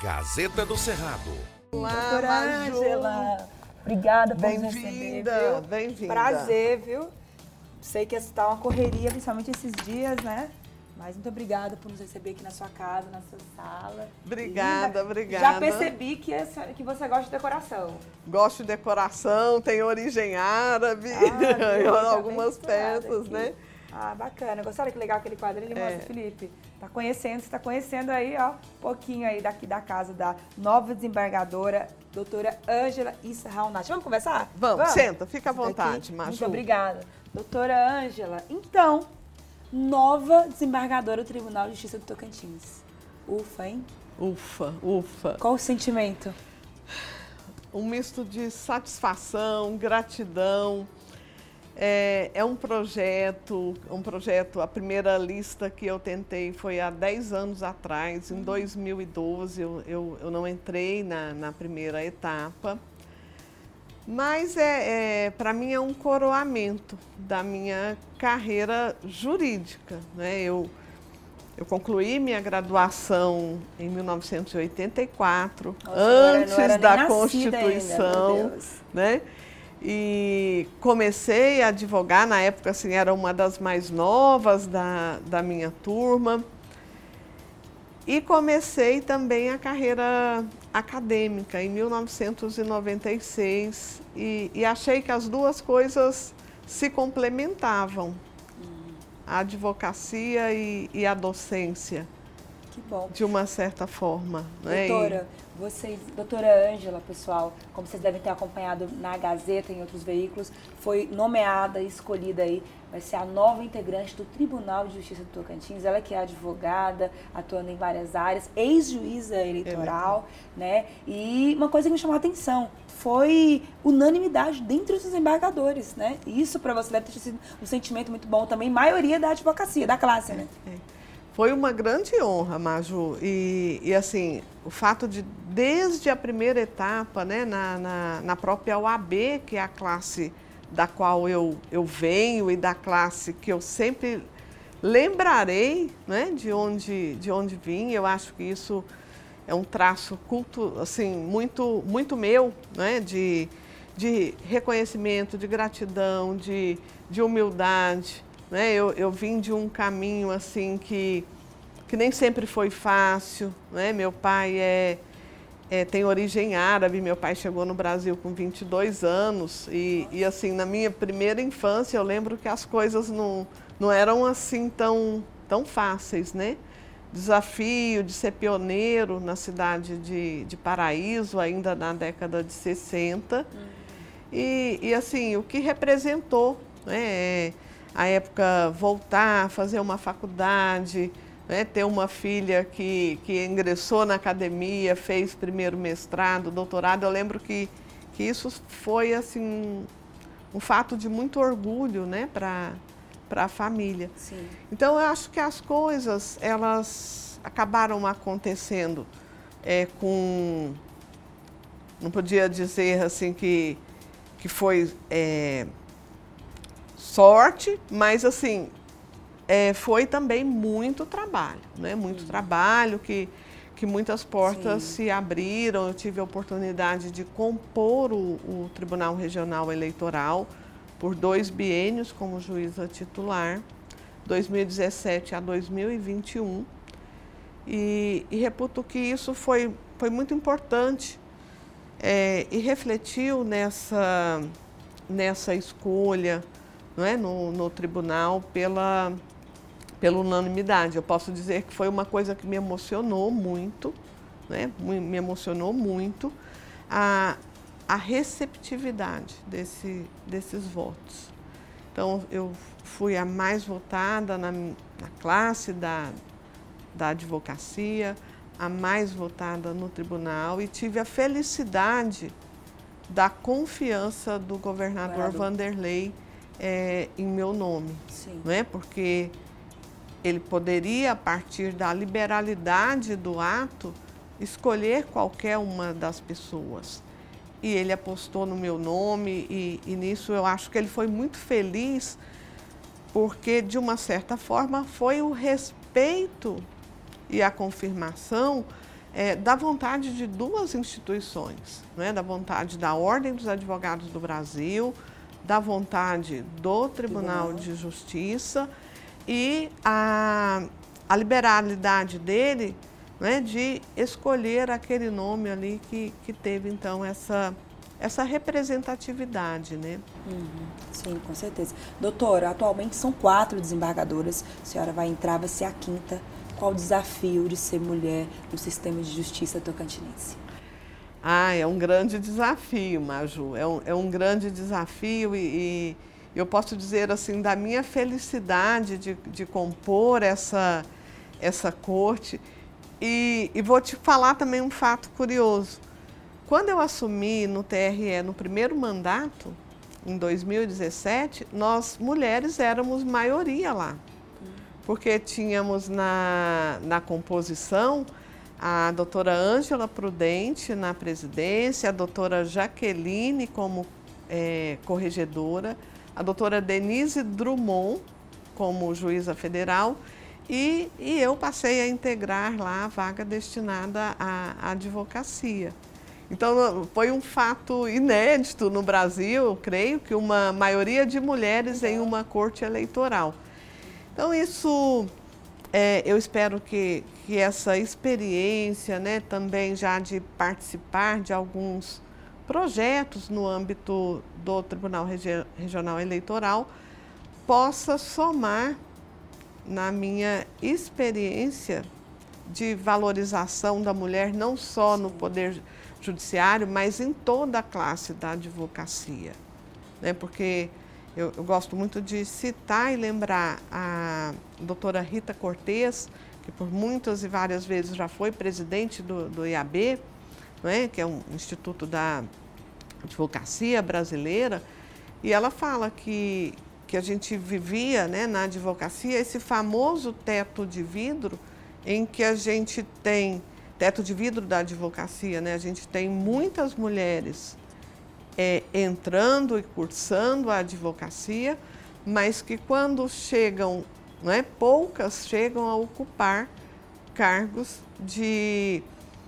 Gazeta do Cerrado. Olá, Doutora Maju. Ângela, obrigada por nos receber, Bem-vinda, viu? bem-vinda. Prazer, viu? Sei que está uma correria, principalmente esses dias, né? Mas muito obrigada por nos receber aqui na sua casa, na sua sala. Obrigada, Linda. obrigada. Já percebi que você gosta de decoração. Gosto de decoração, tem origem árabe, Viu? Tá algumas bem misturada peças, aqui. né? Ah, bacana. Gostaram que legal aquele quadro? Ele mostra, Felipe. Você está conhecendo aí, ó, um pouquinho aí daqui da casa da nova desembargadora, doutora Ângela Issa Raunach. Vamos conversar? Vamos, senta, fica à Senta vontade, aqui. Maju. Muito obrigada. Doutora Ângela, então, nova desembargadora do Tribunal de Justiça do Tocantins. Ufa, hein? Ufa, ufa. Qual o sentimento? Um misto de satisfação, gratidão. É um projeto, a primeira lista que eu tentei foi há 10 anos atrás, em 2012, eu não entrei na primeira etapa, mas para mim é um coroamento da minha carreira jurídica, né? Eu concluí minha graduação em 1984, Nossa, antes não era da nem nascida Constituição, ainda, meu Deus. né? E comecei a advogar, na época assim, era uma das mais novas da minha turma. E comecei também a carreira acadêmica em 1996 e achei que as duas coisas se complementavam, a advocacia e a docência. Que bom. De uma certa forma. Né? Doutora, doutora Ângela, pessoal, como vocês devem ter acompanhado na Gazeta e em outros veículos, foi nomeada e escolhida aí, vai ser a nova integrante do Tribunal de Justiça do Tocantins. Ela que é advogada, atuando em várias áreas, ex-juíza eleitoral, né? E uma coisa que me chamou a atenção foi unanimidade dentre os desembargadores, né? Isso para você deve ter sido um sentimento muito bom também, maioria da advocacia, da classe, né? Foi uma grande honra, Maju, e assim, o fato de, desde a primeira etapa, né, na própria OAB, que é a classe da qual eu venho e da classe que eu sempre lembrarei, né, de onde vim, eu acho que isso é um traço assim, muito meu, né, de reconhecimento, de gratidão, de humildade. Né? Eu vim de um caminho assim que nem sempre foi fácil. Né? Meu pai tem origem árabe, meu pai chegou no Brasil com 22 anos e assim, na minha primeira infância eu lembro que as coisas não eram assim tão fáceis, né? Desafio de ser pioneiro na cidade de Paraíso, ainda na década de 60. E assim, o que representou, né? A época voltar, fazer uma faculdade, né, ter uma filha que ingressou na academia, fez primeiro mestrado, doutorado. Eu lembro que isso foi assim, um fato de muito orgulho, né, para a família. Sim. Então, eu acho que as coisas, elas acabaram acontecendo não podia dizer assim que foi sorte, mas assim, foi também muito trabalho, né? Muito trabalho, que muitas portas se abriram. Eu tive a oportunidade de compor o Tribunal Regional Eleitoral por 2 biênios como juíza titular, 2017 a 2021, e reputo que isso foi muito importante e refletiu nessa escolha, não é, no tribunal pela unanimidade. Eu posso dizer que foi uma coisa que me emocionou muito, né? Me emocionou muito a receptividade desses votos. Então, eu fui a mais votada na classe da advocacia, a mais votada no tribunal, e tive a felicidade da confiança do governador Vanderlei em meu nome. Sim. Não é? Porque ele poderia, a partir da liberalidade do ato, escolher qualquer uma das pessoas. E ele apostou no meu nome e nisso eu acho que ele foi muito feliz, porque, de uma certa forma, foi o respeito e a confirmação da vontade de duas instituições, né? Da vontade da Ordem dos Advogados do Brasil, da vontade do Tribunal de Justiça e a liberalidade dele, né, de escolher aquele nome ali que teve, então, essa representatividade, né? Sim, com certeza. Doutora, atualmente são 4 desembargadoras, a senhora vai entrar, vai ser a 5ª. Qual o desafio de ser mulher no sistema de justiça tocantinense? É um grande desafio, Maju, é um grande desafio e eu posso dizer assim, da minha felicidade de compor essa corte e vou te falar também um fato curioso. Quando eu assumi no TRE no primeiro mandato, em 2017, nós mulheres éramos maioria lá, porque tínhamos na composição a doutora Ângela Prudente na presidência, a doutora Jaqueline como corregedora, a doutora Denise Drummond como juíza federal e eu passei a integrar lá a vaga destinada à advocacia. Então, foi um fato inédito no Brasil, eu creio, que uma maioria de mulheres em uma corte eleitoral. Então, isso, eu espero que essa experiência, né, também já de participar de alguns projetos no âmbito do Tribunal Regional Eleitoral, possa somar na minha experiência de valorização da mulher, não só no Poder Judiciário, mas em toda a classe da advocacia, né? Porque eu gosto muito de citar e lembrar a doutora Rita Cortez, que por muitas e várias vezes já foi presidente do IAB, né? Que é um instituto da advocacia brasileira, e ela fala que a gente vivia, né, na advocacia esse famoso teto de vidro, em que a gente tem teto de vidro da advocacia, né? A gente tem muitas mulheres entrando e cursando a advocacia, mas que quando chegam, né, poucas chegam a ocupar cargos de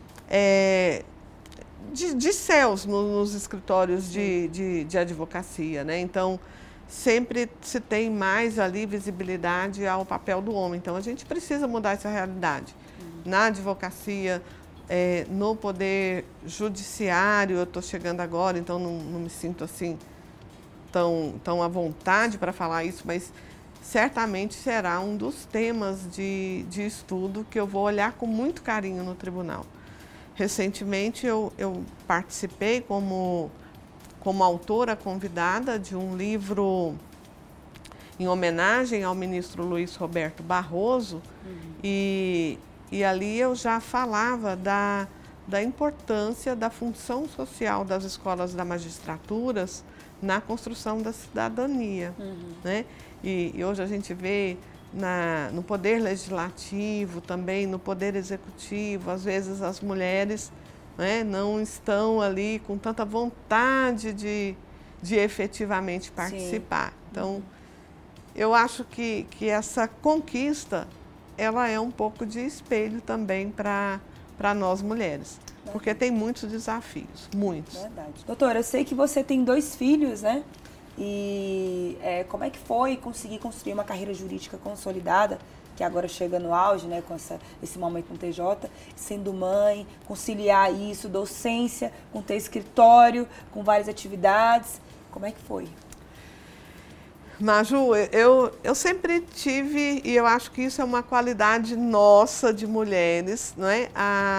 céus nos escritórios de advocacia, né? Então, sempre se tem mais ali visibilidade ao papel do homem. Então, a gente precisa mudar essa realidade. Na advocacia, no poder judiciário, eu estou chegando agora, então não me sinto assim tão à vontade para falar isso, mas certamente será um dos temas de estudo que eu vou olhar com muito carinho no tribunal. Recentemente eu participei como autora convidada de um livro em homenagem ao ministro Luiz Roberto Barroso, e ali eu já falava da importância da função social das escolas da magistraturas na construção da cidadania, né? E hoje a gente vê no poder legislativo, também no poder executivo, às vezes as mulheres, né, não estão ali com tanta vontade de efetivamente participar. Sim. Então, eu acho que essa conquista, ela é um pouco de espelho também para nós mulheres, porque tem muitos desafios, muitos. Verdade. Doutora, eu sei que você tem 2 filhos, né? E como é que foi conseguir construir uma carreira jurídica consolidada, que agora chega no auge, né, com esse momento no TJ, sendo mãe, conciliar isso, docência, com ter escritório, com várias atividades, como é que foi? Maju, eu sempre tive, e eu acho que isso é uma qualidade nossa de mulheres, não é?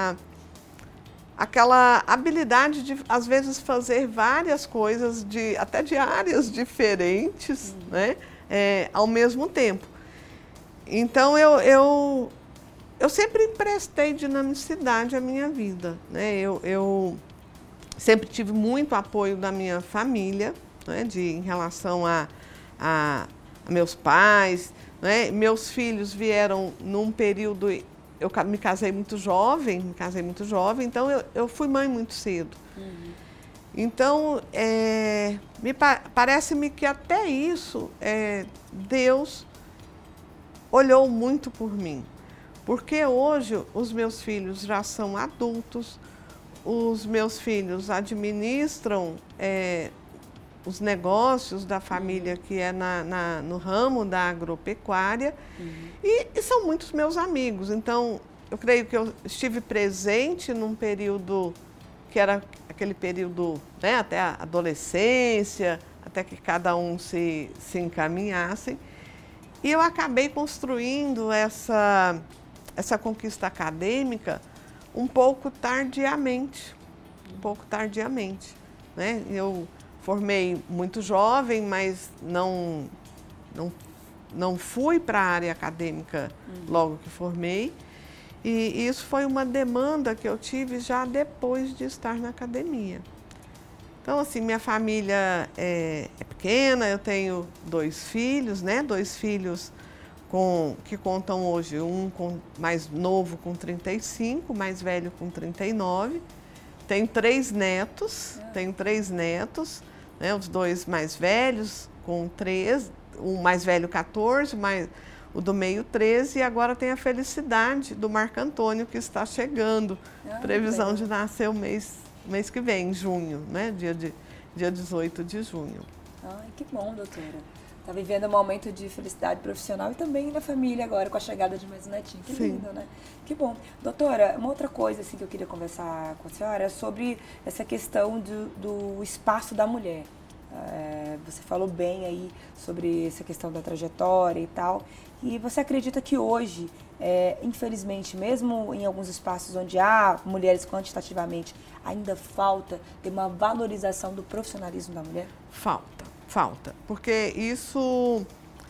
Aquela habilidade de, às vezes, fazer várias coisas, até de áreas diferentes, né? Ao mesmo tempo. Então, eu sempre emprestei dinamicidade à minha vida, né? Eu sempre tive muito apoio da minha família, né? em relação a meus pais, né? Meus filhos vieram num período, eu me casei muito jovem, então eu fui mãe muito cedo. Então, parece-me que até isso, Deus olhou muito por mim, Porque hoje os meus filhos já são adultos, os meus filhos administram os negócios da família que é no ramo da agropecuária e são muitos meus amigos. Então, eu creio que eu estive presente num período que era aquele período, né, até a adolescência, até que cada um se encaminhasse. E eu acabei construindo essa conquista acadêmica um pouco tardiamente, né? Eu formei muito jovem, mas não fui para a área acadêmica logo que formei. E isso foi uma demanda que eu tive já depois de estar na academia. Então, assim, minha família é pequena, eu tenho 2 filhos, né? 2 filhos que contam hoje, um mais novo com 35, mais velho com 39. Tenho 3 netos, né? Os 2 mais velhos com 13, o mais velho 14, o do meio 13, e agora tem a felicidade do Marco Antônio que está chegando. Previsão de nascer o mês que vem, em junho, né? Dia 18 de junho. Ai, que bom, doutora. Está vivendo um momento de felicidade profissional e também na família agora, com a chegada de mais um netinho. Que lindo, né? Que bom. Doutora, uma outra coisa assim, que eu queria conversar com a senhora é sobre essa questão do espaço da mulher. Você falou bem aí sobre essa questão da trajetória e tal. E você acredita que hoje, infelizmente, mesmo em alguns espaços onde há mulheres quantitativamente, ainda falta ter uma valorização do profissionalismo da mulher? Falta, porque isso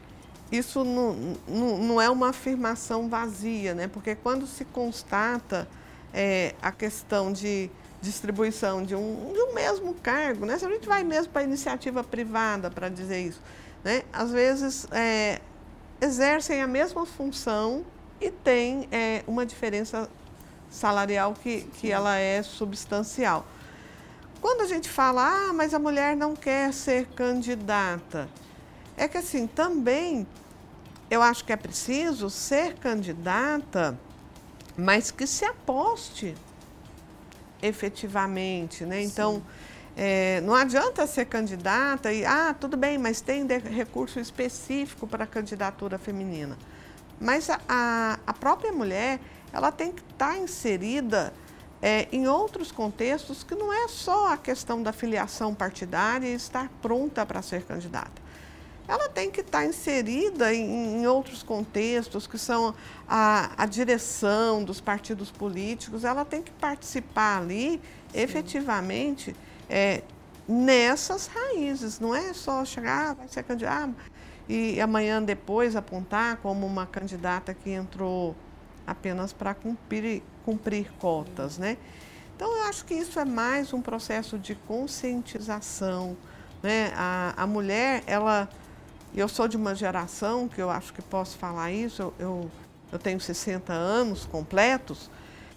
não é uma afirmação vazia, né? Porque quando se constata a questão de distribuição de um mesmo cargo, né? Se a gente vai mesmo para a iniciativa privada para dizer isso, né? Às vezes exercem a mesma função e tem uma diferença salarial que ela é substancial. Quando a gente fala, mas a mulher não quer ser candidata, é que assim, também eu acho que é preciso ser candidata, mas que se aposte efetivamente, né? Então, não adianta ser candidata e, tudo bem, mas tem recurso específico para a candidatura feminina. Mas a própria mulher, ela tem que estar inserida em outros contextos que não é só a questão da filiação partidária e estar pronta para ser candidata. Ela tem que estar inserida em outros contextos, que são a direção dos partidos políticos, ela tem que participar ali, efetivamente, nessas raízes. Não é só chegar, vai ser candidata, e amanhã depois apontar como uma candidata que entrou apenas para cumprir cotas, né? Então, eu acho que isso é mais um processo de conscientização, né? A mulher, eu sou de uma geração que eu acho que posso falar isso, eu tenho 60 anos completos,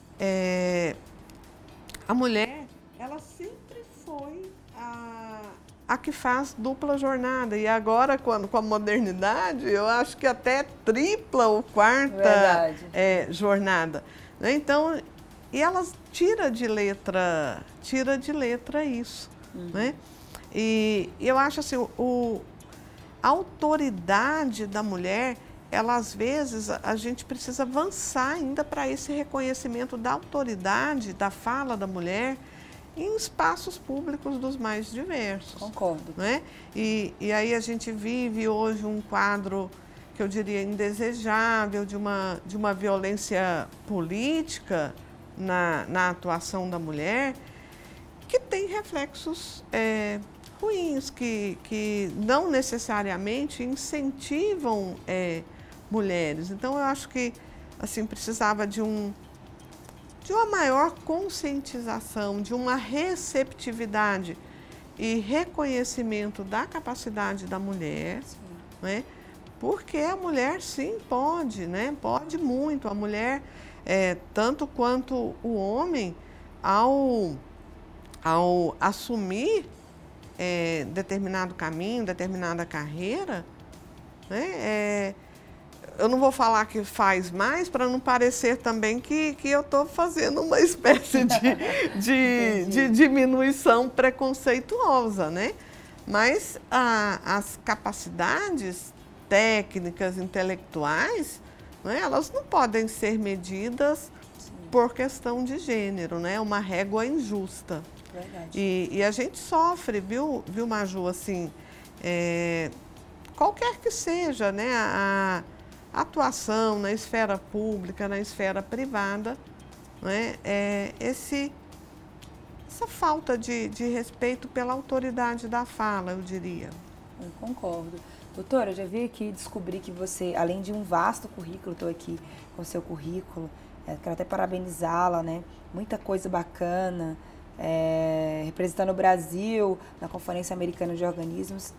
a mulher, ela sempre foi a que faz dupla jornada, e agora com a modernidade, eu acho que até tripla ou quarta jornada, né? Então, e elas tira de letra isso, né? E eu acho assim, a autoridade da mulher, ela às vezes, a gente precisa avançar ainda para esse reconhecimento da autoridade, da fala da mulher em espaços públicos dos mais diversos. Concordo. Né? E aí a gente vive hoje um quadro que eu diria indesejável de uma violência política na atuação da mulher, que tem reflexos ruins, que não necessariamente incentivam mulheres. Então, eu acho que assim, precisava de uma maior conscientização, de uma receptividade e reconhecimento da capacidade da mulher, né? Porque a mulher, sim, pode, né? Pode muito. A mulher, tanto quanto o homem, ao assumir determinado caminho, determinada carreira, né? eu não vou falar que faz mais para não parecer também que eu estou fazendo uma espécie de diminuição preconceituosa, né? Mas as capacidades técnicas, intelectuais, né, elas não podem ser medidas por questão de gênero, né? Uma régua injusta. Verdade. E a gente sofre, viu Maju, assim, qualquer que seja, né, a atuação na esfera pública, na esfera privada, né, essa falta de respeito pela autoridade da fala, eu diria. Eu concordo. Doutora, eu já vi aqui, descobri que você, além de um vasto currículo, estou aqui com o seu currículo, quero até parabenizá-la, né? Muita coisa bacana, representando o Brasil na Conferência Americana de Organismos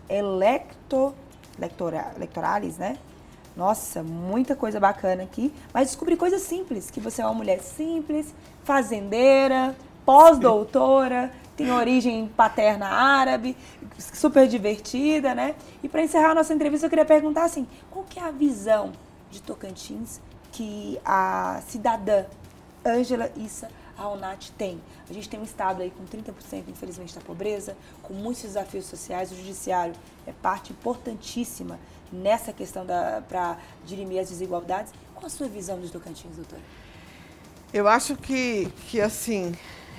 Electorales, né? Nossa, muita coisa bacana aqui, mas descobri coisas simples, que você é uma mulher simples, fazendeira, pós-doutora, tem origem paterna árabe, super divertida, né? E para encerrar a nossa entrevista, eu queria perguntar assim, qual que é a visão de Tocantins que a cidadã Ângela Issa Raunati tem? A gente tem um estado aí com 30%, infelizmente, da pobreza, com muitos desafios sociais, o judiciário é parte importantíssima nessa questão para dirimir as desigualdades. Qual a sua visão de Tocantins, doutora? Eu acho que assim,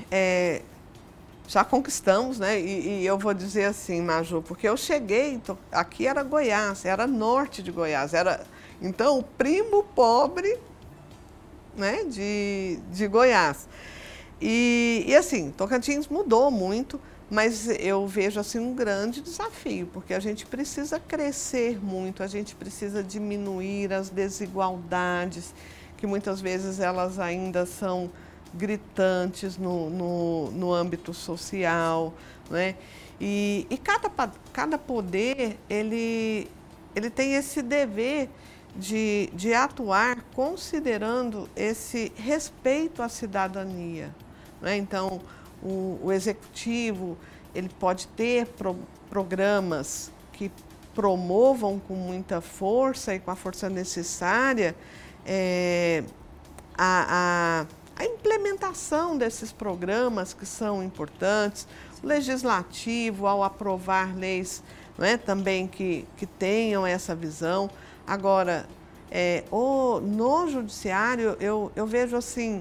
já conquistamos, né? E eu vou dizer assim, Maju, porque eu cheguei, aqui era Goiás, era norte de Goiás, então o primo pobre, né, de Goiás. E assim, Tocantins mudou muito, mas eu vejo assim um grande desafio, porque a gente precisa crescer muito, a gente precisa diminuir as desigualdades, que muitas vezes elas ainda são gritantes no âmbito social, né? E cada poder, ele tem esse dever de atuar considerando esse respeito à cidadania, né? Então, o executivo, ele pode ter programas que promovam com muita força e com a força necessária a implementação desses programas que são importantes, o legislativo, ao aprovar leis, né, também que tenham essa visão. Agora, no judiciário, eu vejo assim,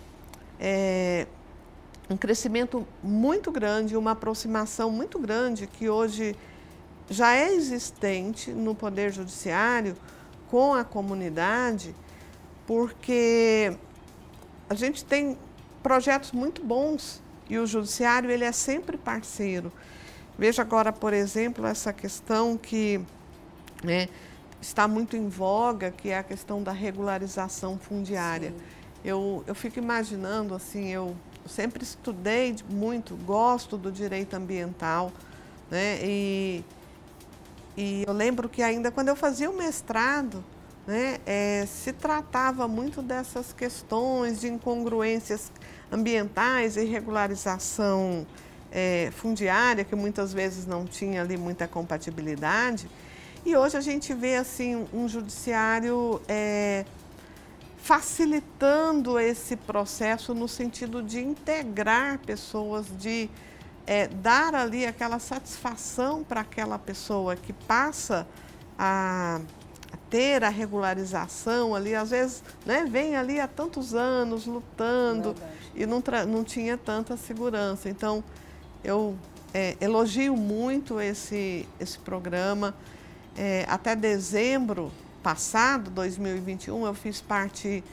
um crescimento muito grande, uma aproximação muito grande que hoje já é existente no Poder Judiciário com a comunidade, porque a gente tem projetos muito bons e o Judiciário ele é sempre parceiro. Veja agora, por exemplo, essa questão que, né, está muito em voga, que é a questão da regularização fundiária. Sim. Eu fico imaginando, assim, eu sempre estudei muito, gosto do direito ambiental, né? E eu lembro que ainda quando eu fazia o mestrado, né, se tratava muito dessas questões de incongruências ambientais e regularização fundiária, que muitas vezes não tinha ali muita compatibilidade. E hoje a gente vê assim um judiciário facilitando esse processo no sentido de integrar pessoas, de dar ali aquela satisfação para aquela pessoa que passa a ter a regularização ali, às vezes, né, vem ali há tantos anos lutando. Verdade. E não tinha tanta segurança. Então, eu elogio muito esse programa. Até dezembro passado, 2021, eu fiz parte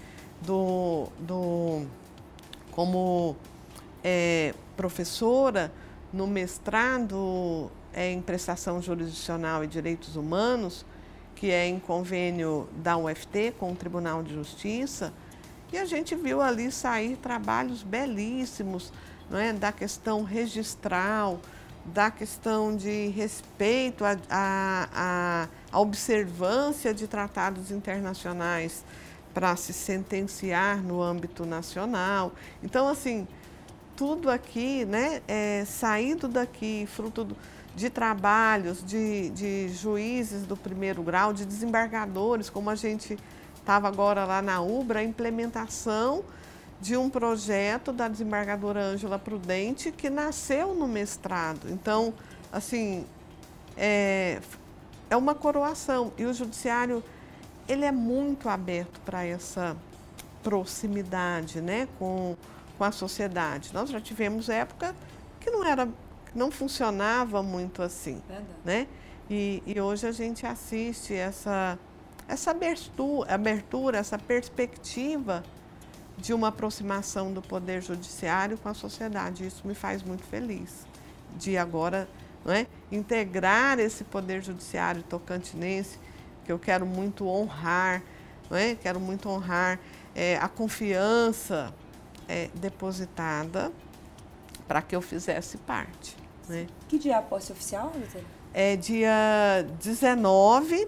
como professora no mestrado em prestação jurisdicional e direitos humanos, que é em convênio da UFT com o Tribunal de Justiça, e a gente viu ali sair trabalhos belíssimos, não é, da questão registral, da questão de respeito à observância de tratados internacionais para se sentenciar no âmbito nacional. Então, assim, tudo aqui, né, saído daqui, fruto de trabalhos de juízes do primeiro grau, de desembargadores, como a gente estava agora lá na UBRA, a implementação de um projeto da desembargadora Ângela Prudente que nasceu no mestrado. Então, assim, é uma coroação. E o judiciário, ele é muito aberto para essa proximidade, né, com a sociedade. Nós já tivemos época que não funcionava muito assim, né? E hoje a gente assiste essa abertura, essa perspectiva de uma aproximação do Poder Judiciário com a sociedade. Isso me faz muito feliz, de agora, não é, integrar esse Poder Judiciário tocantinense, que eu quero muito honrar, não é? Quero muito honrar a confiança depositada para que eu fizesse parte. Né? Que dia é a posse oficial, doutora? É dia 19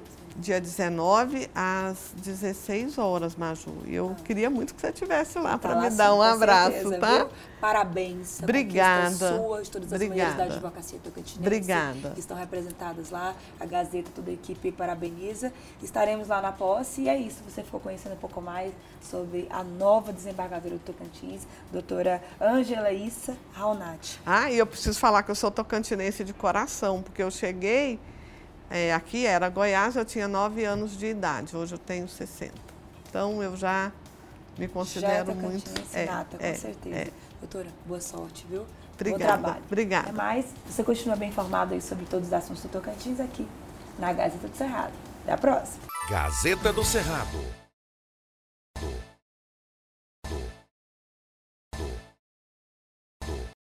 às 16 horas, Maju. E eu queria muito que você estivesse lá para me dar um abraço, certeza, tá? Viu? Parabéns. Obrigada. Suas, todas as mulheres da advocacia tocantinense. Obrigada. Que estão representadas lá. A Gazeta, toda a equipe parabeniza. Estaremos lá na posse e é isso. Você ficou conhecendo um pouco mais sobre a nova desembargadora do Tocantins, doutora Ângela Issa Raunati. E eu preciso falar que eu sou tocantinense de coração, porque eu cheguei... aqui era Goiás, eu tinha 9 anos de idade, hoje eu tenho 60. Então, eu já me considero muito... Nata, com certeza. Doutora, boa sorte, viu? Obrigada. Bom trabalho. Obrigada. Até mais. Você continua bem informado aí sobre todos os assuntos do Tocantins aqui na Gazeta do Cerrado. Até a próxima. Gazeta do Cerrado.